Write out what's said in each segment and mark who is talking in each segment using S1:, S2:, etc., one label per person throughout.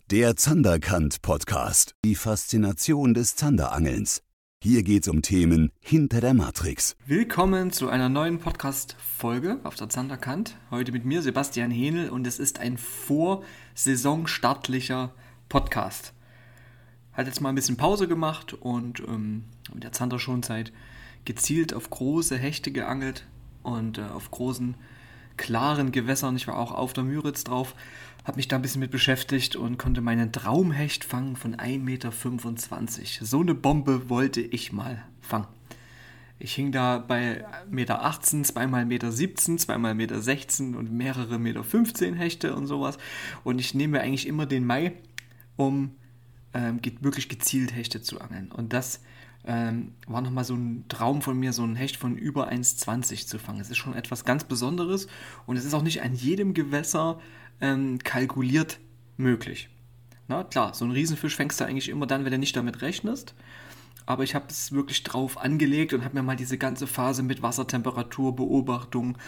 S1: Der Zanderkant-Podcast. Die Faszination des Zanderangelns. Hier geht's um Themen hinter der Matrix.
S2: Willkommen zu einer neuen Podcast-Folge auf der Zanderkant. Heute mit mir, Sebastian Hähnel, und es ist ein vorsaisonstartlicher Podcast. Hat jetzt mal ein bisschen Pause gemacht und mit der Zanderschonzeit gezielt auf große Hechte geangelt und auf großen, klaren Gewässern. Ich war auch auf der Müritz drauf, habe mich da ein bisschen mit beschäftigt und konnte meinen Traumhecht fangen von 1,25 Meter. So eine Bombe wollte ich mal fangen. Ich hing da bei 1,18 Meter, zweimal 1,17 Meter, zweimal 1,16 Meter und mehrere 1,15 Meter Hechte und sowas. Und ich nehme eigentlich immer den Mai, um wirklich gezielt Hechte zu angeln. Und das war nochmal so ein Traum von mir, so ein Hecht von über 1,20 zu fangen. Es ist schon etwas ganz Besonderes und es ist auch nicht an jedem Gewässer kalkuliert möglich. Na klar, so einen Riesenfisch fängst du eigentlich immer dann, wenn du nicht damit rechnest. Aber ich habe es wirklich drauf angelegt und habe mir mal diese ganze Phase mit Wassertemperaturbeobachtung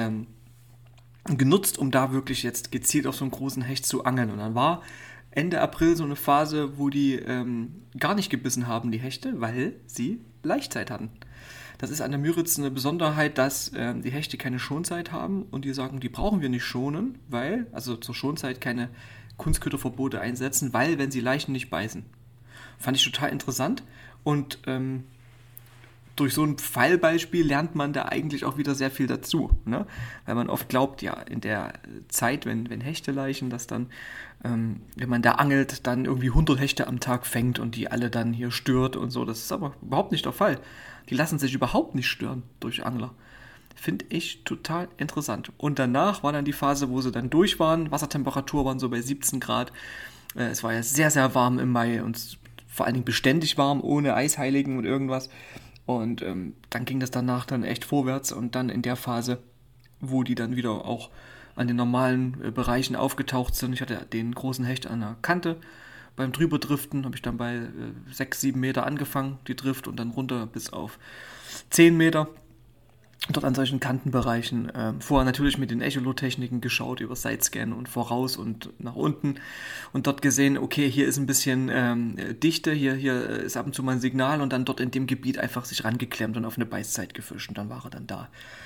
S2: genutzt, um da wirklich jetzt gezielt auf so einen großen Hecht zu angeln. Und dann war Ende April so eine Phase, wo die gar nicht gebissen haben, die Hechte, weil sie Laichzeit hatten. Das ist an der Müritz eine Besonderheit, dass die Hechte keine Schonzeit haben und die sagen, die brauchen wir nicht schonen, weil, also zur Schonzeit keine Kunstköderverbote einsetzen, weil, wenn sie Laichen nicht beißen. Fand ich total interessant und durch so ein Fallbeispiel lernt man da eigentlich auch wieder sehr viel dazu, ne? Weil man oft glaubt, ja, in der Zeit, wenn Hechte laichen, dass dann, wenn man da angelt, dann irgendwie 100 Hechte am Tag fängt und die alle dann hier stört und so. Das ist aber überhaupt nicht der Fall. Die lassen sich überhaupt nicht stören durch Angler. Finde ich total interessant. Und danach war dann die Phase, wo sie dann durch waren. Wassertemperatur waren so bei 17 Grad. Es war ja sehr, sehr warm im Mai und vor allen Dingen beständig warm, ohne Eisheiligen und irgendwas. Und dann ging das danach dann echt vorwärts und dann in der Phase, wo die dann wieder auch an den normalen Bereichen aufgetaucht sind. Ich hatte den großen Hecht an der Kante. Beim Drüberdriften habe ich dann bei 6, 7 Meter angefangen, die Drift, und dann runter bis auf 10 Meter. Dort an solchen Kantenbereichen. Vorher natürlich mit den Echolot-Techniken geschaut, über Sidescan und voraus und nach unten. Und dort gesehen, okay, hier ist ein bisschen Dichte, hier ist ab und zu mal ein Signal, und dann dort in dem Gebiet einfach sich rangeklemmt und auf eine Beißzeit gefischt. Und dann war er dann da.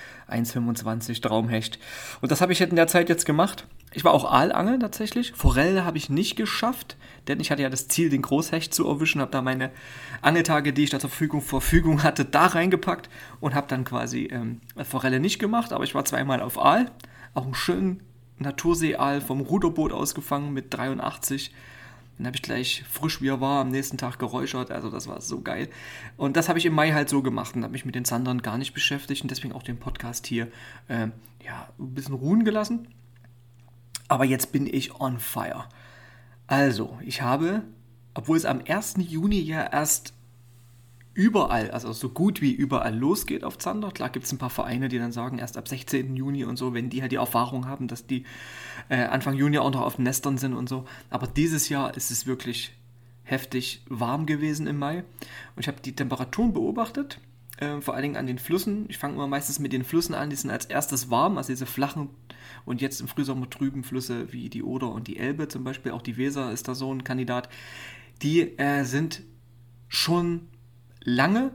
S2: 1,25 Traumhecht. Und das habe ich in der Zeit jetzt gemacht. Ich war auch Aalangeln tatsächlich. Forelle habe ich nicht geschafft, denn ich hatte ja das Ziel, den Großhecht zu erwischen, habe da meine Angeltage, die ich da zur Verfügung hatte, da reingepackt und habe dann quasi Forelle nicht gemacht, aber ich war zweimal auf Aal, auch einen schönen Naturseeaal vom Ruderboot ausgefangen mit 83. Den habe ich gleich frisch, wie er war, am nächsten Tag geräuchert. Also das war so geil. Und das habe ich im Mai halt so gemacht und habe mich mit den Zandern gar nicht beschäftigt und deswegen auch den Podcast hier ein bisschen ruhen gelassen. Aber jetzt bin ich on fire. Also, ich habe, obwohl es am 1. Juni ja erst überall, also so gut wie überall losgeht auf Zander. Klar gibt es ein paar Vereine, die dann sagen, erst ab 16. Juni und so, wenn die halt die Erfahrung haben, dass die Anfang Juni auch noch auf den Nestern sind und so. Aber dieses Jahr ist es wirklich heftig warm gewesen im Mai. Und ich habe die Temperaturen beobachtet, vor allen Dingen an den Flüssen. Ich fange immer meistens mit den Flüssen an, die sind als erstes warm, also diese flachen und jetzt im Frühsommer trüben Flüsse wie die Oder und die Elbe zum Beispiel. Auch die Weser ist da so ein Kandidat. Die sind schon lange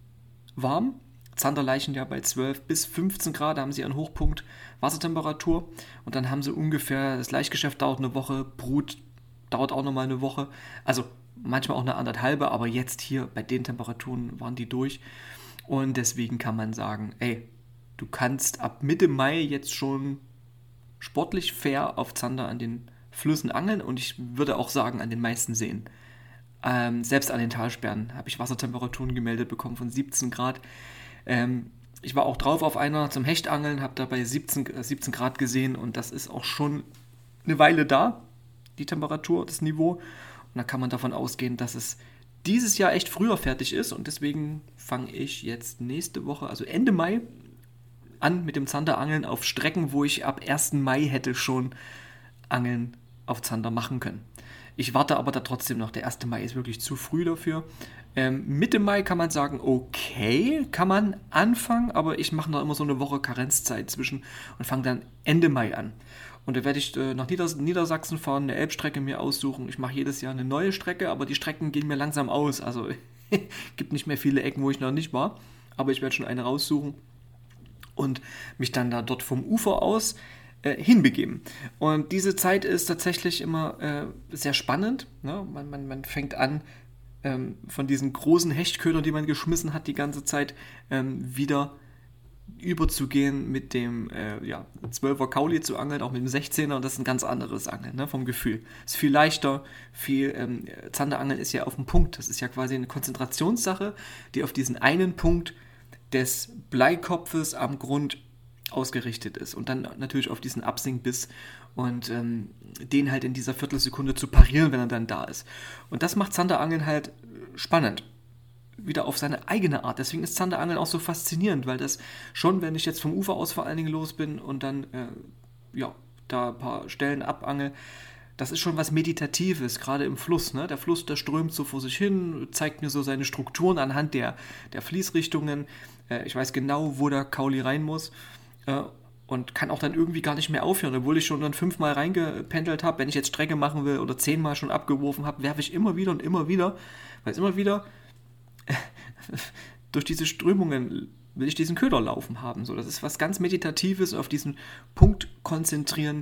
S2: warm. Zander laichen ja bei 12 bis 15 Grad, da haben sie ihren Hochpunkt Wassertemperatur und dann haben sie ungefähr, das Laichgeschäft dauert eine Woche, Brut dauert auch nochmal eine Woche, also manchmal auch eine anderthalbe, aber jetzt hier bei den Temperaturen waren die durch und deswegen kann man sagen, ey, du kannst ab Mitte Mai jetzt schon sportlich fair auf Zander an den Flüssen angeln und ich würde auch sagen an den meisten Seen. Selbst an den Talsperren habe ich Wassertemperaturen gemeldet bekommen von 17 Grad. Ich war auch drauf auf einer zum Hechtangeln, habe dabei 17 Grad gesehen und das ist auch schon eine Weile da, die Temperatur, das Niveau. Und da kann man davon ausgehen, dass es dieses Jahr echt früher fertig ist und deswegen fange ich jetzt nächste Woche, also Ende Mai, an mit dem Zanderangeln auf Strecken, wo ich ab 1. Mai hätte schon angeln auf Zander machen können. Ich warte aber da trotzdem noch. Der 1. Mai ist wirklich zu früh dafür. Mitte Mai kann man sagen, okay, kann man anfangen, aber ich mache noch immer so eine Woche Karenzzeit zwischen und fange dann Ende Mai an. Und da werde ich nach Niedersachsen fahren, eine Elbstrecke mir aussuchen. Ich mache jedes Jahr eine neue Strecke, aber die Strecken gehen mir langsam aus. Also gibt nicht mehr viele Ecken, wo ich noch nicht war. Aber ich werde schon eine raussuchen und mich dann da dort vom Ufer aus hinbegeben. Und diese Zeit ist tatsächlich immer sehr spannend. Ne? Man fängt an, von diesen großen Hechtködern, die man geschmissen hat, die ganze Zeit wieder überzugehen, mit dem 12er Kauli zu angeln, auch mit dem 16er, und das ist ein ganz anderes Angeln, ne, vom Gefühl. Es ist viel leichter, Zanderangeln ist ja auf dem Punkt, das ist ja quasi eine Konzentrationssache, die auf diesen einen Punkt des Bleikopfes am Grund ausgerichtet ist und dann natürlich auf diesen Absinkbiss und den halt in dieser Viertelsekunde zu parieren, wenn er dann da ist. Und das macht Zanderangeln halt spannend. Wieder auf seine eigene Art. Deswegen ist Zanderangeln auch so faszinierend, weil das schon, wenn ich jetzt vom Ufer aus vor allen Dingen los bin und dann da ein paar Stellen abangel, das ist schon was Meditatives, gerade im Fluss. Ne? Der Fluss, der strömt so vor sich hin, zeigt mir so seine Strukturen anhand der Fließrichtungen. Ich weiß genau, wo der Kauli rein muss und kann auch dann irgendwie gar nicht mehr aufhören, obwohl ich schon dann 5-mal reingependelt habe. Wenn ich jetzt Strecke machen will oder 10-mal schon abgeworfen habe, werfe ich immer wieder und immer wieder, weil es immer wieder durch diese Strömungen will ich diesen Köder laufen haben. So, das ist was ganz Meditatives, auf diesen Punkt konzentrieren,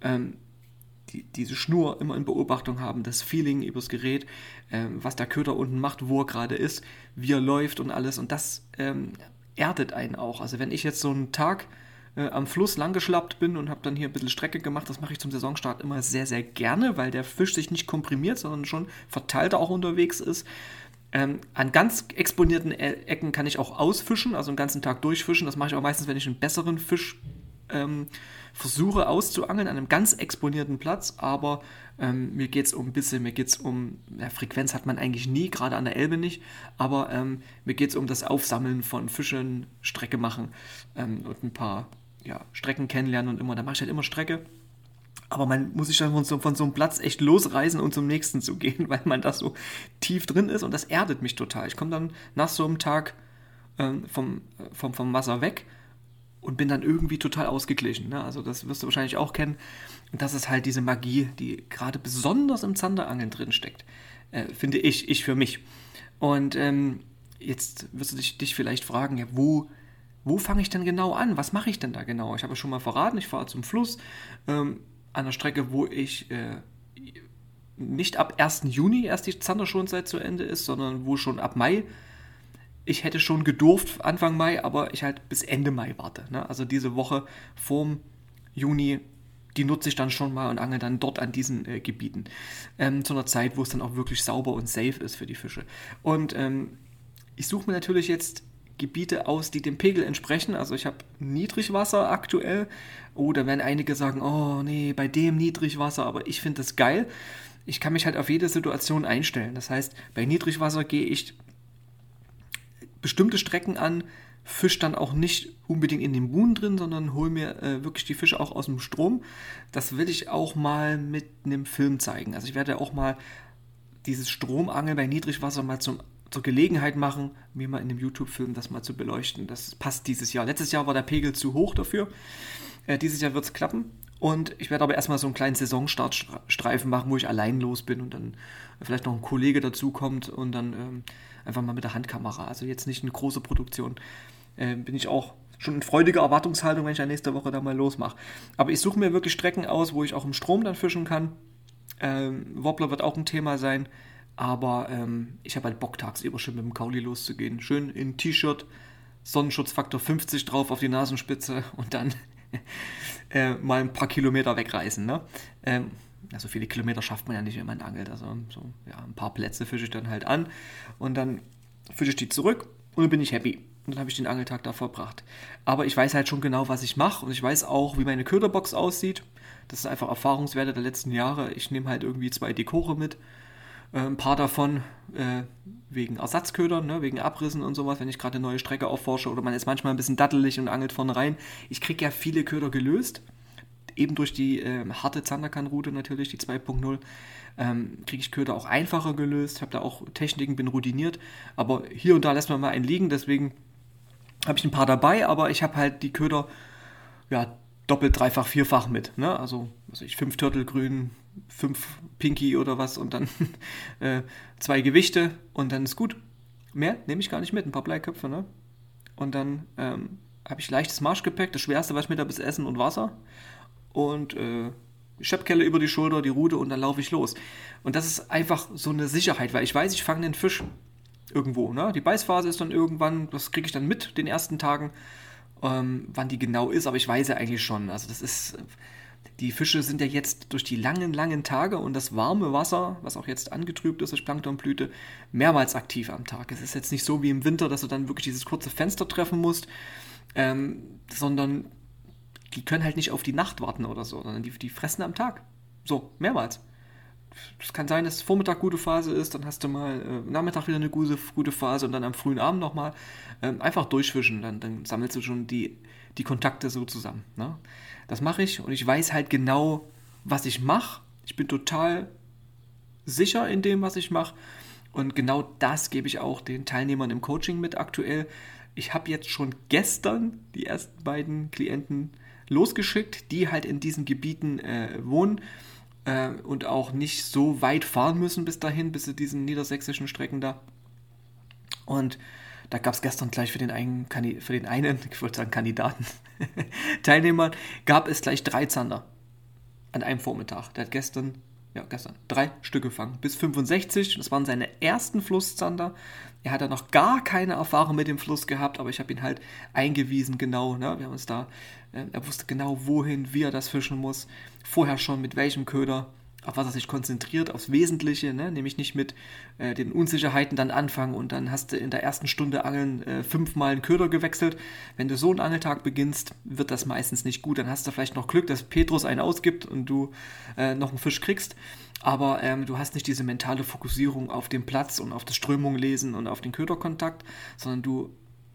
S2: diese Schnur immer in Beobachtung haben, das Feeling übers Gerät, was der Köder unten macht, wo er gerade ist, wie er läuft und alles. Und das erdet einen auch. Also wenn ich jetzt so einen Tag am Fluss langgeschlappt bin und habe dann hier ein bisschen Strecke gemacht, das mache ich zum Saisonstart immer sehr, sehr gerne, weil der Fisch sich nicht komprimiert, sondern schon verteilter auch unterwegs ist. An ganz exponierten Ecken kann ich auch ausfischen, also den ganzen Tag durchfischen. Das mache ich auch meistens, wenn ich einen besseren Fisch versuche auszuangeln, an einem ganz exponierten Platz. Aber mir geht es um Bisse, mir geht es um, Frequenz hat man eigentlich nie, gerade an der Elbe nicht. Aber mir geht es um das Aufsammeln von Fischen, Strecke machen und ein paar Strecken kennenlernen und immer. Da mache ich halt immer Strecke. Aber man muss sich dann von so einem Platz echt losreißen und zum nächsten zu gehen, weil man da so tief drin ist und das erdet mich total. Ich komme dann nach so einem Tag vom Wasser weg und bin dann irgendwie total ausgeglichen. Ne? Also das wirst du wahrscheinlich auch kennen. Und das ist halt diese Magie, die gerade besonders im Zanderangeln drin steckt, finde ich für mich. Und jetzt wirst du dich vielleicht fragen, ja, wo fange ich denn genau an? Was mache ich denn da genau? Ich habe ja schon mal verraten, ich fahre zum Fluss, an der Strecke, wo ich nicht ab 1. Juni erst die Zanderschonzeit zu Ende ist, sondern wo schon ab Mai, ich hätte schon gedurft Anfang Mai, aber ich halt bis Ende Mai warte. Ne? Also diese Woche vorm Juni, die nutze ich dann schon mal und angel dann dort an diesen Gebieten. Zu einer Zeit, wo es dann auch wirklich sauber und safe ist für die Fische. Und ich suche mir natürlich jetzt Gebiete aus, die dem Pegel entsprechen. Also ich habe Niedrigwasser aktuell. Oh, da werden einige sagen, oh nee, bei dem Niedrigwasser, aber ich finde das geil. Ich kann mich halt auf jede Situation einstellen. Das heißt, bei Niedrigwasser gehe ich bestimmte Strecken an, fische dann auch nicht unbedingt in den Buhnen drin, sondern hole mir wirklich die Fische auch aus dem Strom. Das will ich auch mal mit einem Film zeigen. Also ich werde auch mal dieses Stromangeln bei Niedrigwasser mal zur Gelegenheit machen, mir mal in dem YouTube-Film das mal zu beleuchten. Das passt dieses Jahr. Letztes Jahr war der Pegel zu hoch dafür. Dieses Jahr wird es klappen. Und ich werde aber erstmal so einen kleinen Saisonstartstreifen machen, wo ich allein los bin und dann vielleicht noch ein Kollege dazukommt und dann einfach mal mit der Handkamera. Also jetzt nicht eine große Produktion. Bin ich auch schon in freudiger Erwartungshaltung, wenn ich dann nächste Woche da mal losmache. Aber ich suche mir wirklich Strecken aus, wo ich auch im Strom dann fischen kann. Wobbler wird auch ein Thema sein. Aber ich habe halt Bock, tagsüber schön mit dem Kauli loszugehen. Schön in T-Shirt, Sonnenschutzfaktor 50 drauf auf die Nasenspitze und dann mal ein paar Kilometer wegreißen. Ne? So viele Kilometer schafft man ja nicht, wenn man angelt. Also ein paar Plätze fische ich dann halt an und dann fische ich die zurück und dann bin ich happy. Und dann habe ich den Angeltag da verbracht. Aber ich weiß halt schon genau, was ich mache und ich weiß auch, wie meine Köderbox aussieht. Das ist einfach Erfahrungswerte der letzten Jahre. Ich nehme halt irgendwie 2 Dekore mit. Ein paar davon wegen Ersatzködern, ne, wegen Abrissen und sowas, wenn ich gerade eine neue Strecke aufforsche oder man ist manchmal ein bisschen dattelig und angelt vorne rein. Ich kriege ja viele Köder gelöst. eben durch die harte Zanderkannenroute natürlich, die 2.0, kriege ich Köder auch einfacher gelöst, habe da auch Techniken, bin routiniert, aber hier und da lässt man mal einen liegen, deswegen habe ich ein paar dabei, aber ich habe halt die Köder ja, doppelt, dreifach, vierfach mit, ne? Also 5 Turtelgrün, 5 Pinky oder was und dann 2 Gewichte und dann ist gut. Mehr nehme ich gar nicht mit, ein paar Bleiköpfe, ne? Und dann habe ich leichtes Marschgepäck, das Schwerste, was ich mit habe, ist Essen und Wasser und Schleppkelle über die Schulter, die Rute und dann laufe ich los. Und das ist einfach so eine Sicherheit, weil ich weiß, ich fange den Fisch irgendwo, ne? Die Beißphase ist dann irgendwann, das kriege ich dann mit den ersten Tagen, wann die genau ist, aber ich weiß ja eigentlich schon. Also das ist, die Fische sind ja jetzt durch die langen, langen Tage und das warme Wasser, was auch jetzt angetrübt ist durch Planktonblüte, mehrmals aktiv am Tag. Es ist jetzt nicht so wie im Winter, dass du dann wirklich dieses kurze Fenster treffen musst, sondern die können halt nicht auf die Nacht warten oder so, sondern die fressen am Tag. So, mehrmals. Es kann sein, dass Vormittag gute Phase ist, dann hast du mal Nachmittag wieder eine gute Phase und dann am frühen Abend nochmal einfach durchfischen, dann sammelst du schon die Kontakte so zusammen. Ne? Das mache ich und ich weiß halt genau, was ich mache. Ich bin total sicher in dem, was ich mache und genau das gebe ich auch den Teilnehmern im Coaching mit aktuell. Ich habe jetzt schon gestern die ersten beiden Klienten losgeschickt, die halt in diesen Gebieten wohnen und auch nicht so weit fahren müssen bis dahin, bis zu diesen niedersächsischen Strecken da. Und da gab es gestern gleich für den einen, ich wollte sagen Kandidaten, Teilnehmern, gab es gleich 3 Zander an einem Vormittag. Der hat gestern 3 Stück gefangen, bis 65. Das waren seine ersten Flusszander. Er hat ja noch gar keine Erfahrung mit dem Fluss gehabt, aber ich habe ihn halt eingewiesen, genau. Ne? Wir haben uns da, er wusste genau wohin, wie er das fischen muss. Vorher schon mit welchem Köder, auf was er sich konzentriert, aufs Wesentliche, ne? Nämlich nicht mit den Unsicherheiten dann anfangen und dann hast du in der ersten Stunde Angeln 5-mal einen Köder gewechselt. Wenn du so einen Angeltag beginnst, wird das meistens nicht gut. Dann hast du vielleicht noch Glück, dass Petrus einen ausgibt und du noch einen Fisch kriegst. Aber du hast nicht diese mentale Fokussierung auf den Platz und auf das Strömunglesen und auf den Köderkontakt, sondern du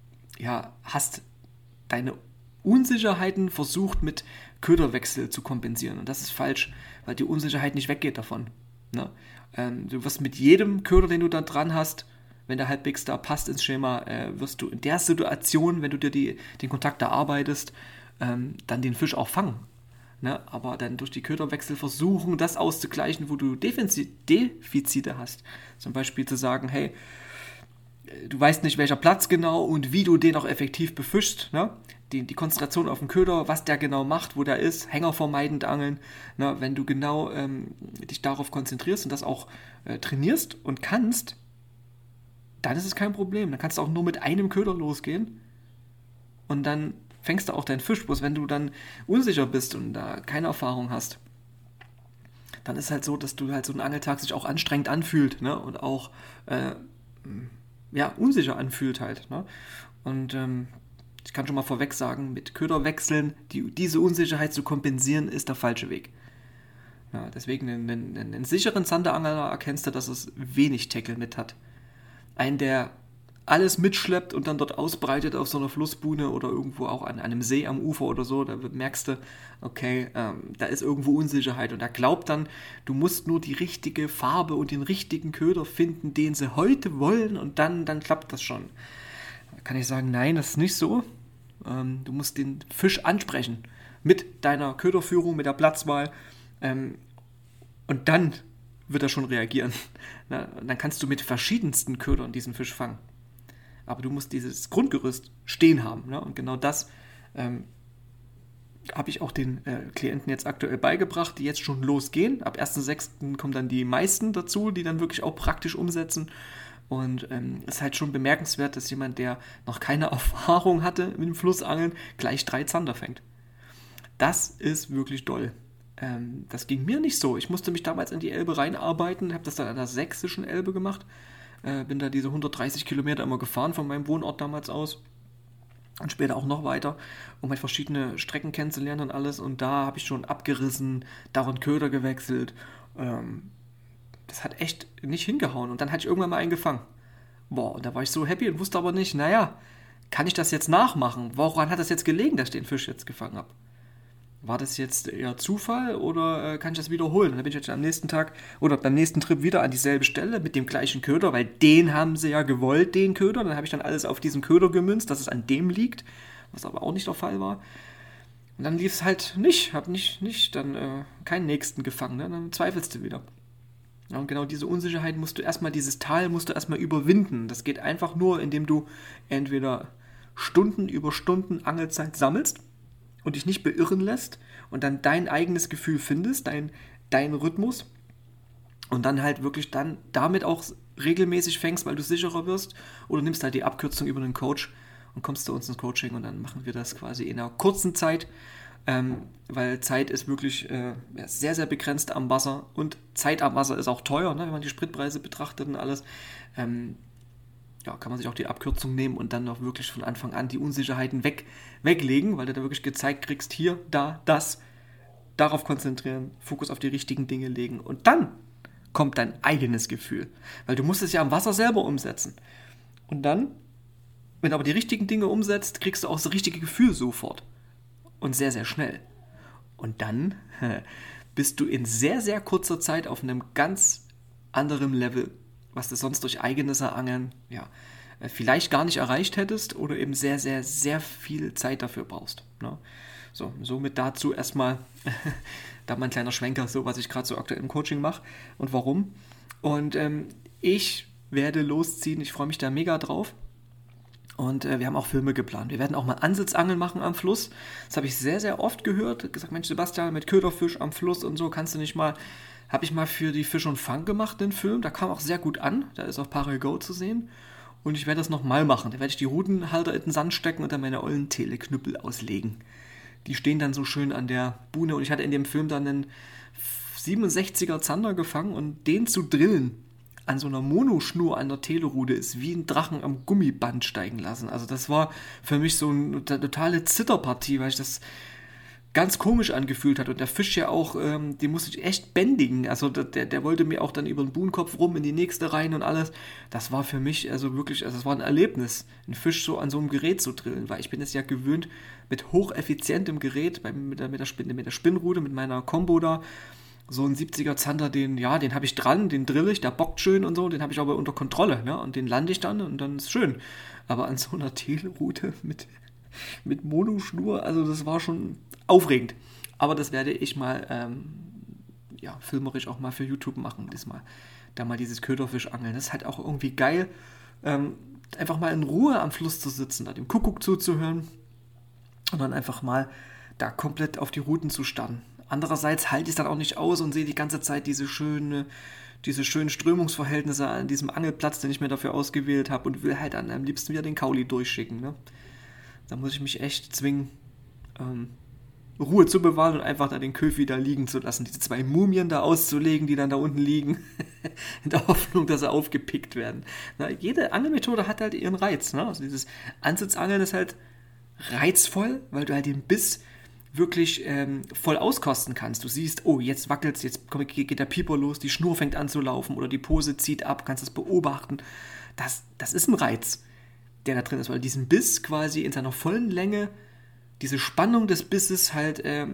S2: hast deine Unsicherheiten versucht mit Köderwechsel zu kompensieren. Und das ist falsch, weil die Unsicherheit nicht weggeht davon. Ne? Du wirst mit jedem Köder, den du da dran hast, wenn der halbwegs da passt ins Schema, wirst du in der Situation, wenn du dir den Kontakt erarbeitest, dann den Fisch auch fangen. Ne? Aber dann durch die Köderwechsel versuchen, das auszugleichen, wo du Defizite hast. Zum Beispiel zu sagen, hey, du weißt nicht, welcher Platz genau und wie du den auch effektiv befischst. Ne? Die Konzentration auf den Köder, was der genau macht, wo der ist, Hänger vermeidend angeln. Ne? Wenn du genau dich darauf konzentrierst und das auch trainierst und kannst, dann ist es kein Problem. Dann kannst du auch nur mit einem Köder losgehen und dann fängst du auch deinen Fisch. Bloß wenn du dann unsicher bist und da keine Erfahrung hast, dann ist halt so, dass du halt so ein Angeltag sich auch anstrengend anfühlt, ne? Und auch unsicher anfühlt halt. Ne? Und ich kann schon mal vorweg sagen, mit Köderwechseln diese Unsicherheit zu kompensieren, ist der falsche Weg. Ja, deswegen einen sicheren Zanderangler erkennst du, dass es wenig Tackle mit hat. Einen, der alles mitschleppt und dann dort ausbreitet auf so einer Flussbuhne oder irgendwo auch an einem See am Ufer oder so, da merkst du, okay, da ist irgendwo Unsicherheit und er glaubt dann, du musst nur die richtige Farbe und den richtigen Köder finden, den sie heute wollen und dann klappt das schon. Da kann ich sagen, nein, das ist nicht so. Du musst den Fisch ansprechen mit deiner Köderführung, mit der Platzwahl und dann wird er schon reagieren. Na, dann kannst du mit verschiedensten Ködern diesen Fisch fangen. Aber du musst dieses Grundgerüst stehen haben. Ne? Und genau das habe ich auch den Klienten jetzt aktuell beigebracht, die jetzt schon losgehen. Ab 1.6. kommen dann die meisten dazu, die dann wirklich auch praktisch umsetzen. Und es ist halt schon bemerkenswert, dass jemand, der noch keine Erfahrung hatte mit dem Flussangeln, gleich 3 Zander fängt. Das ist wirklich doll. Das ging mir nicht so. Ich musste mich damals in die Elbe reinarbeiten, habe das dann an der sächsischen Elbe gemacht. Bin da diese 130 Kilometer immer gefahren von meinem Wohnort damals aus und später auch noch weiter, um halt verschiedene Strecken kennenzulernen und alles. Und da habe ich schon abgerissen, darin Köder gewechselt. Das hat echt nicht hingehauen. Und dann hatte ich irgendwann mal einen gefangen. Boah, und da war ich so happy und wusste aber nicht, naja, kann ich das jetzt nachmachen? Woran hat das jetzt gelegen, dass ich den Fisch jetzt gefangen habe? war das jetzt eher Zufall oder kann ich das wiederholen? Und dann bin ich jetzt am nächsten Tag oder beim nächsten Trip wieder an dieselbe Stelle mit dem gleichen Köder, weil den haben sie ja gewollt, den Köder. Dann habe ich dann alles auf diesen Köder gemünzt, dass es an dem liegt, was aber auch nicht der Fall war. Und dann lief es halt nicht, habe nicht dann keinen nächsten gefangen, ne? Dann zweifelst du wieder. Ja, und genau diese Unsicherheit dieses Tal musst du erstmal überwinden. Das geht einfach nur, indem du entweder Stunden über Stunden Angelzeit sammelst und dich nicht beirren lässt und dann dein eigenes Gefühl findest, dein Rhythmus und dann halt wirklich dann damit auch regelmäßig fängst, weil du sicherer wirst, oder nimmst halt die Abkürzung über einen Coach und kommst zu uns ins Coaching und dann machen wir das quasi in einer kurzen Zeit, weil Zeit ist wirklich sehr, sehr begrenzt am Wasser und Zeit am Wasser ist auch teuer, ne, wenn man die Spritpreise betrachtet und alles. Kann man sich auch die Abkürzung nehmen und dann auch wirklich von Anfang an die Unsicherheiten weglegen, weil du da wirklich gezeigt kriegst, hier, da, das, darauf konzentrieren, Fokus auf die richtigen Dinge legen und dann kommt dein eigenes Gefühl, weil du musst es ja am Wasser selber umsetzen. Und dann, wenn du aber die richtigen Dinge umsetzt, kriegst du auch das richtige Gefühl sofort und sehr, sehr schnell. Und dann bist du in sehr, sehr kurzer Zeit auf einem ganz anderen Level, was du sonst durch eigenes Angeln vielleicht gar nicht erreicht hättest oder eben sehr, sehr, sehr viel Zeit dafür brauchst. Ne? So, somit dazu erstmal da mein kleiner Schwenker, so was ich gerade so aktuell im Coaching mache und warum. Und ich werde losziehen, ich freue mich da mega drauf. Und wir haben auch Filme geplant. Wir werden auch mal Ansitzangeln machen am Fluss. Das habe ich sehr, sehr oft gehört. Gesagt, Mensch Sebastian, mit Köderfisch am Fluss und so, kannst du nicht mal... Habe ich mal für die Fisch und Fang gemacht, den Film. Da kam auch sehr gut an. Da ist auf Parel Go zu sehen. Und ich werde das nochmal machen. Da werde ich die Rutenhalter in den Sand stecken und dann meine ollen Teleknüppel auslegen. Die stehen dann so schön an der Buhne. Und ich hatte in dem Film dann einen 67er Zander gefangen und den zu drillen an so einer Monoschnur an der Telerude ist wie ein Drachen am Gummiband steigen lassen. Also das war für mich so eine totale Zitterpartie, weil ich das ganz komisch angefühlt hat. Und der Fisch ja auch, den musste ich echt bändigen. Also der wollte mir auch dann über den Buhnenkopf rum in die nächste rein und alles. Das war für mich also wirklich, also das war ein Erlebnis, einen Fisch so an so einem Gerät zu drillen, weil ich bin es ja gewöhnt, mit hocheffizientem Gerät, mit der Spinnrute, mit meiner Combo da, so ein 70er Zander, den habe ich dran, den drill ich, der bockt schön und so, den habe ich aber unter Kontrolle, ne? Und den lande ich dann und dann ist schön. Aber an so einer Telrute mit Monoschnur, also das war schon aufregend. Aber das werde ich mal, filmerisch auch mal für YouTube machen, diesmal. Da mal dieses Köderfisch angeln. Das ist halt auch irgendwie geil, einfach mal in Ruhe am Fluss zu sitzen, da dem Kuckuck zuzuhören und dann einfach mal da komplett auf die Routen zu starren. Andererseits halte ich es dann auch nicht aus und sehe die ganze Zeit diese schönen Strömungsverhältnisse an diesem Angelplatz, den ich mir dafür ausgewählt habe und will halt am liebsten wieder den Kauli durchschicken. Ne? Da muss ich mich echt zwingen, Ruhe zu bewahren und einfach da den Köfi da liegen zu lassen. Diese 2 Mumien da auszulegen, die dann da unten liegen, in der Hoffnung, dass sie aufgepickt werden. Na, jede Angelmethode hat halt ihren Reiz. Ne? Also dieses Ansitzangeln ist halt reizvoll, weil du halt den Biss wirklich voll auskosten kannst. Du siehst, oh, jetzt wackelt's, jetzt geht der Pieper los, die Schnur fängt an zu laufen oder die Pose zieht ab, kannst das beobachten. Das ist ein Reiz, der da drin ist, weil du diesen Biss quasi in seiner vollen Länge, diese Spannung des Bisses halt in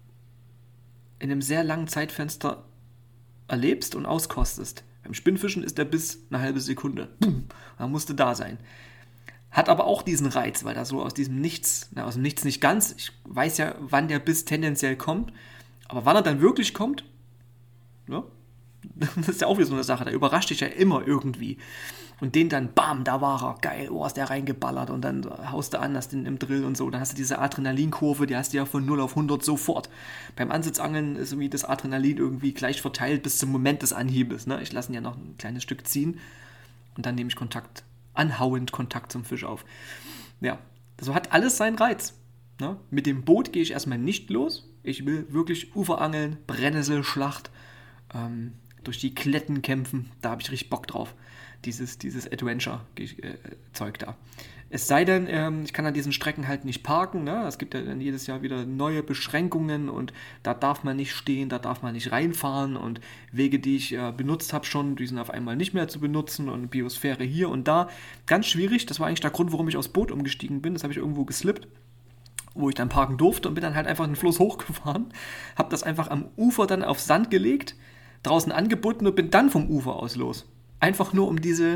S2: einem sehr langen Zeitfenster erlebst und auskostest. Beim Spinnfischen ist der Biss eine halbe Sekunde. Boom, da musste da sein. Hat aber auch diesen Reiz, weil da so aus dem Nichts nicht ganz, ich weiß ja, wann der Biss tendenziell kommt, aber wann er dann wirklich kommt, ja, das ist ja auch wieder so eine Sache, da überrascht dich ja immer irgendwie. Und den dann, bam, da war er, geil, oh, ist der reingeballert und dann haust du an, hast den im Drill und so, dann hast du diese Adrenalinkurve, die hast du ja von 0 auf 100 sofort. Beim Ansitzangeln ist irgendwie das Adrenalin irgendwie gleich verteilt bis zum Moment des Anhiebes, ne? Ich lasse ihn ja noch ein kleines Stück ziehen und dann nehme ich anhauend Kontakt zum Fisch auf. Ja, so hat alles seinen Reiz. Ne? Mit dem Boot gehe ich erstmal nicht los. Ich will wirklich Uferangeln, Brennnesselschlacht, durch die Kletten kämpfen. Da habe ich richtig Bock drauf. Dieses Adventure-Zeug da. Es sei denn, ich kann an diesen Strecken halt nicht parken. Ne? Es gibt ja dann jedes Jahr wieder neue Beschränkungen und da darf man nicht stehen, da darf man nicht reinfahren und Wege, die ich benutzt habe schon, die sind auf einmal nicht mehr zu benutzen und Biosphäre hier und da. Ganz schwierig, das war eigentlich der Grund, warum ich aufs Boot umgestiegen bin. Das habe ich irgendwo geslippt wo ich dann parken durfte und bin dann halt einfach den Fluss hochgefahren, habe das einfach am Ufer dann auf Sand gelegt, draußen angebunden und bin dann vom Ufer aus los. Einfach nur, um diese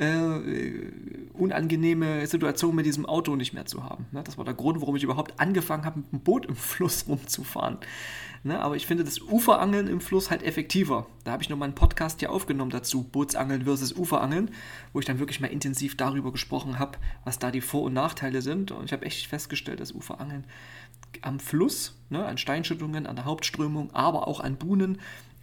S2: unangenehme Situation mit diesem Auto nicht mehr zu haben. Ne? Das war der Grund, warum ich überhaupt angefangen habe, mit dem Boot im Fluss rumzufahren. Ne? Aber ich finde das Uferangeln im Fluss halt effektiver. Da habe ich nochmal einen Podcast hier aufgenommen dazu, Bootsangeln versus Uferangeln, wo ich dann wirklich mal intensiv darüber gesprochen habe, was da die Vor- und Nachteile sind. Und ich habe echt festgestellt, dass Uferangeln am Fluss, ne, an Steinschüttungen, an der Hauptströmung, aber auch an Buhnen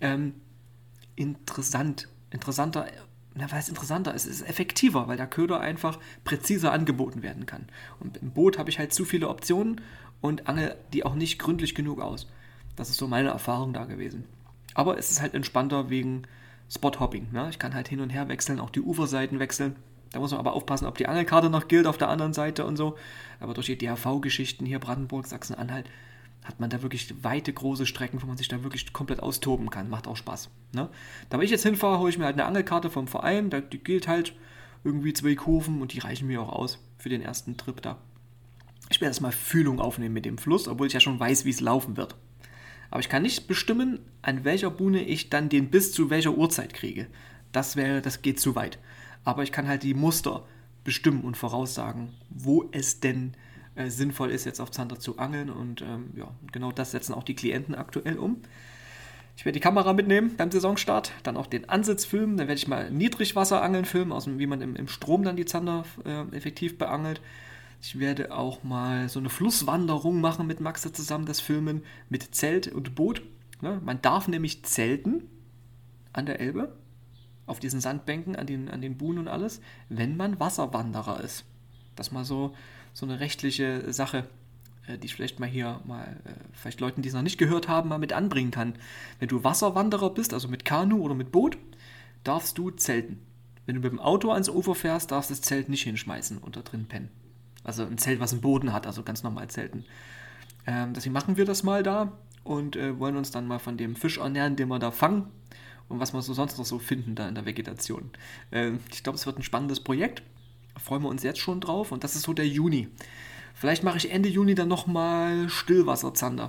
S2: interessanter, was interessanter ist, ist effektiver, weil der Köder einfach präziser angeboten werden kann. Und im Boot habe ich halt zu viele Optionen und angel die auch nicht gründlich genug aus. Das ist so meine Erfahrung da gewesen. Aber es ist halt entspannter wegen Spothopping. Ne? Ich kann halt hin und her wechseln, auch die Uferseiten wechseln. Da muss man aber aufpassen, ob die Angelkarte noch gilt auf der anderen Seite und so. Aber durch die DHV-Geschichten hier, Brandenburg, Sachsen-Anhalt, hat man da wirklich weite, große Strecken, wo man sich da wirklich komplett austoben kann. Macht auch Spaß. Ne? Da, wenn ich jetzt hinfahre, hole ich mir halt eine Angelkarte vom Verein. Die gilt halt irgendwie 2 Kurven und die reichen mir auch aus für den ersten Trip da. Ich werde erstmal Fühlung aufnehmen mit dem Fluss, obwohl ich ja schon weiß, wie es laufen wird. Aber ich kann nicht bestimmen, an welcher Buhne ich dann den Biss zu welcher Uhrzeit kriege. Das geht zu weit. Aber ich kann halt die Muster bestimmen und voraussagen, wo es denn sinnvoll ist, jetzt auf Zander zu angeln. Und genau das setzen auch die Klienten aktuell um. Ich werde die Kamera mitnehmen beim Saisonstart, dann auch den Ansitz filmen. Dann werde ich mal Niedrigwasserangeln filmen, wie man im Strom dann die Zander effektiv beangelt. Ich werde auch mal so eine Flusswanderung machen mit Maxe zusammen, das Filmen mit Zelt und Boot. Ne? Man darf nämlich zelten an der Elbe, auf diesen Sandbänken, an den Buhnen und alles, wenn man Wasserwanderer ist. Das ist mal so eine rechtliche Sache, die ich vielleicht vielleicht Leuten, die es noch nicht gehört haben, mal mit anbringen kann. Wenn du Wasserwanderer bist, also mit Kanu oder mit Boot, darfst du zelten. Wenn du mit dem Auto ans Ufer fährst, darfst du das Zelt nicht hinschmeißen und da drin pennen. Also ein Zelt, was einen Boden hat, also ganz normal zelten. Deswegen machen wir das mal da und wollen uns dann mal von dem Fisch ernähren, den wir da fangen und was wir so sonst noch so finden da in der Vegetation. Ich glaube, es wird ein spannendes Projekt. Da freuen wir uns jetzt schon drauf und das ist so der Juni. Vielleicht mache ich Ende Juni dann nochmal Stillwasserzander.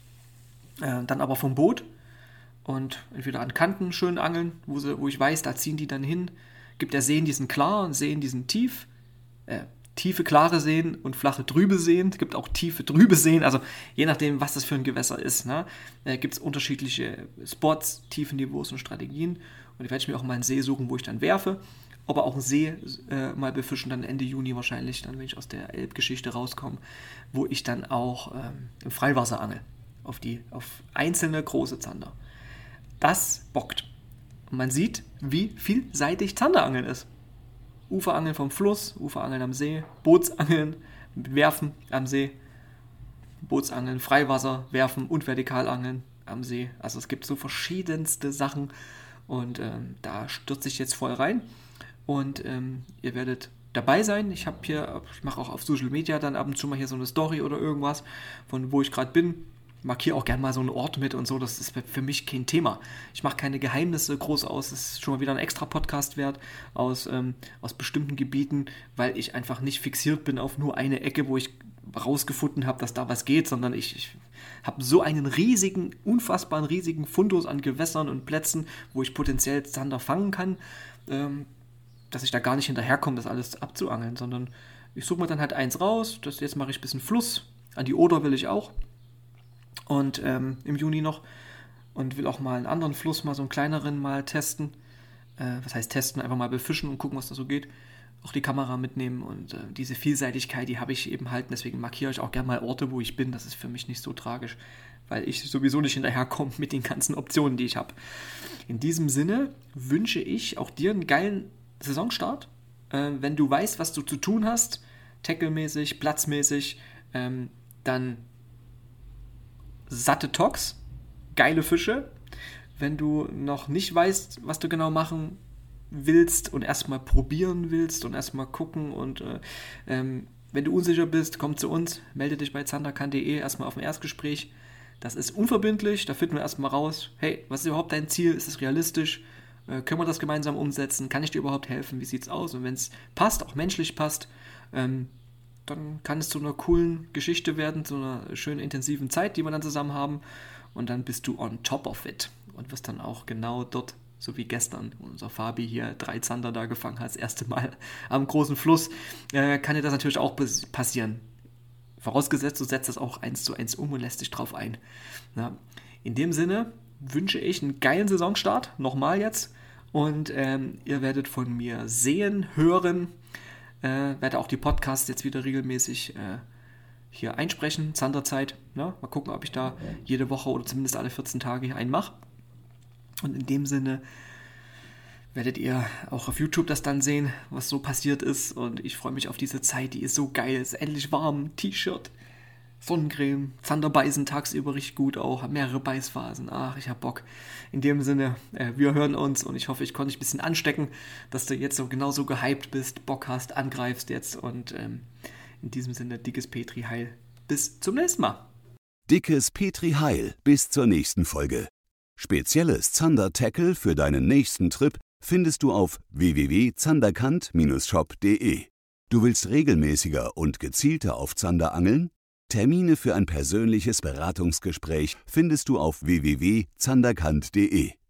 S2: Dann aber vom Boot und entweder an Kanten schön angeln, wo ich weiß, da ziehen die dann hin. Gibt ja Seen, die sind klar und Seen, die sind tief. Tiefe, klare Seen und flache, trübe Seen. Es gibt auch tiefe, trübe Seen. Also je nachdem, was das für ein Gewässer ist, ne, gibt es unterschiedliche Spots, Tiefenniveaus und Strategien. Und ich werde mir auch mal einen See suchen, wo ich dann werfe. Aber auch einen See mal befischen, dann Ende Juni wahrscheinlich, dann wenn ich aus der Elbgeschichte rauskomme, wo ich dann auch im Freiwasser angel. Auf einzelne große Zander. Das bockt. Und man sieht, wie vielseitig Zanderangeln ist. Uferangeln vom Fluss, Uferangeln am See, Bootsangeln, Werfen am See, Bootsangeln, Freiwasser, Werfen und Vertikalangeln am See. Also es gibt so verschiedenste Sachen und da stürze ich jetzt voll rein und ihr werdet dabei sein. Ich mache auch auf Social Media dann ab und zu mal hier so eine Story oder irgendwas, von wo ich gerade bin. Markiere auch gerne mal so einen Ort mit und so, das ist für mich kein Thema. Ich mache keine Geheimnisse groß aus, das ist schon mal wieder ein extra Podcast wert aus bestimmten Gebieten, weil ich einfach nicht fixiert bin auf nur eine Ecke, wo ich rausgefunden habe, dass da was geht, sondern ich habe so einen unfassbaren riesigen Fundus an Gewässern und Plätzen, wo ich potenziell Zander fangen kann, dass ich da gar nicht hinterherkomme, das alles abzuangeln, sondern ich suche mir dann halt eins raus, jetzt mache ich ein bisschen Fluss, an die Oder will ich auch, und im Juni noch und will auch mal einen anderen Fluss, mal so einen kleineren mal testen. Was heißt testen? Einfach mal befischen und gucken, was da so geht. Auch die Kamera mitnehmen und diese Vielseitigkeit, die habe ich eben halt. Deswegen markiere ich auch gerne mal Orte, wo ich bin. Das ist für mich nicht so tragisch, weil ich sowieso nicht hinterherkomme mit den ganzen Optionen, die ich habe. In diesem Sinne wünsche ich auch dir einen geilen Saisonstart. Wenn du weißt, was du zu tun hast, tacklemäßig, platzmäßig, dann satte Tox, geile Fische. Wenn du noch nicht weißt, was du genau machen willst und erstmal probieren willst und erstmal gucken und wenn du unsicher bist, komm zu uns, melde dich bei zanderkan.de erstmal auf ein Erstgespräch. Das ist unverbindlich, da finden wir erstmal raus, hey, was ist überhaupt dein Ziel, ist es realistisch, können wir das gemeinsam umsetzen, kann ich dir überhaupt helfen, wie sieht's aus und wenn es passt, auch menschlich passt, dann kann es zu einer coolen Geschichte werden, zu einer schönen intensiven Zeit, die wir dann zusammen haben. Und dann bist du on top of it und wirst dann auch genau dort, so wie gestern, wo unser Fabi hier 3 Zander da gefangen hat, das erste Mal am großen Fluss, kann dir das natürlich auch passieren. Vorausgesetzt, du setzt das auch 1:1 um und lässt dich drauf ein. Na, in dem Sinne wünsche ich einen geilen Saisonstart, nochmal jetzt. Und ihr werdet von mir sehen, hören, werde auch die Podcasts jetzt wieder regelmäßig hier einsprechen, Zanderzeit. Ja, mal gucken, ob ich da jede Woche oder zumindest alle 14 Tage hier einen mache. Und in dem Sinne werdet ihr auch auf YouTube das dann sehen, was so passiert ist. Und ich freue mich auf diese Zeit, die ist so geil. Es ist endlich warm, T-Shirt, Sonnencreme, Zander beißen tagsüber richtig gut auch, mehrere Beißphasen. Ach, ich hab Bock. In dem Sinne, wir hören uns und ich hoffe, ich konnte dich ein bisschen anstecken, dass du jetzt so genauso gehypt bist, Bock hast, angreifst jetzt und in diesem Sinne, dickes Petri Heil. Bis zum nächsten Mal.
S1: Dickes Petri Heil. Bis zur nächsten Folge. Spezielles Zander-Tackle für deinen nächsten Trip findest du auf www.zanderkant-shop.de. Du willst regelmäßiger und gezielter auf Zander angeln? Termine für ein persönliches Beratungsgespräch findest du auf www.zanderkant.de.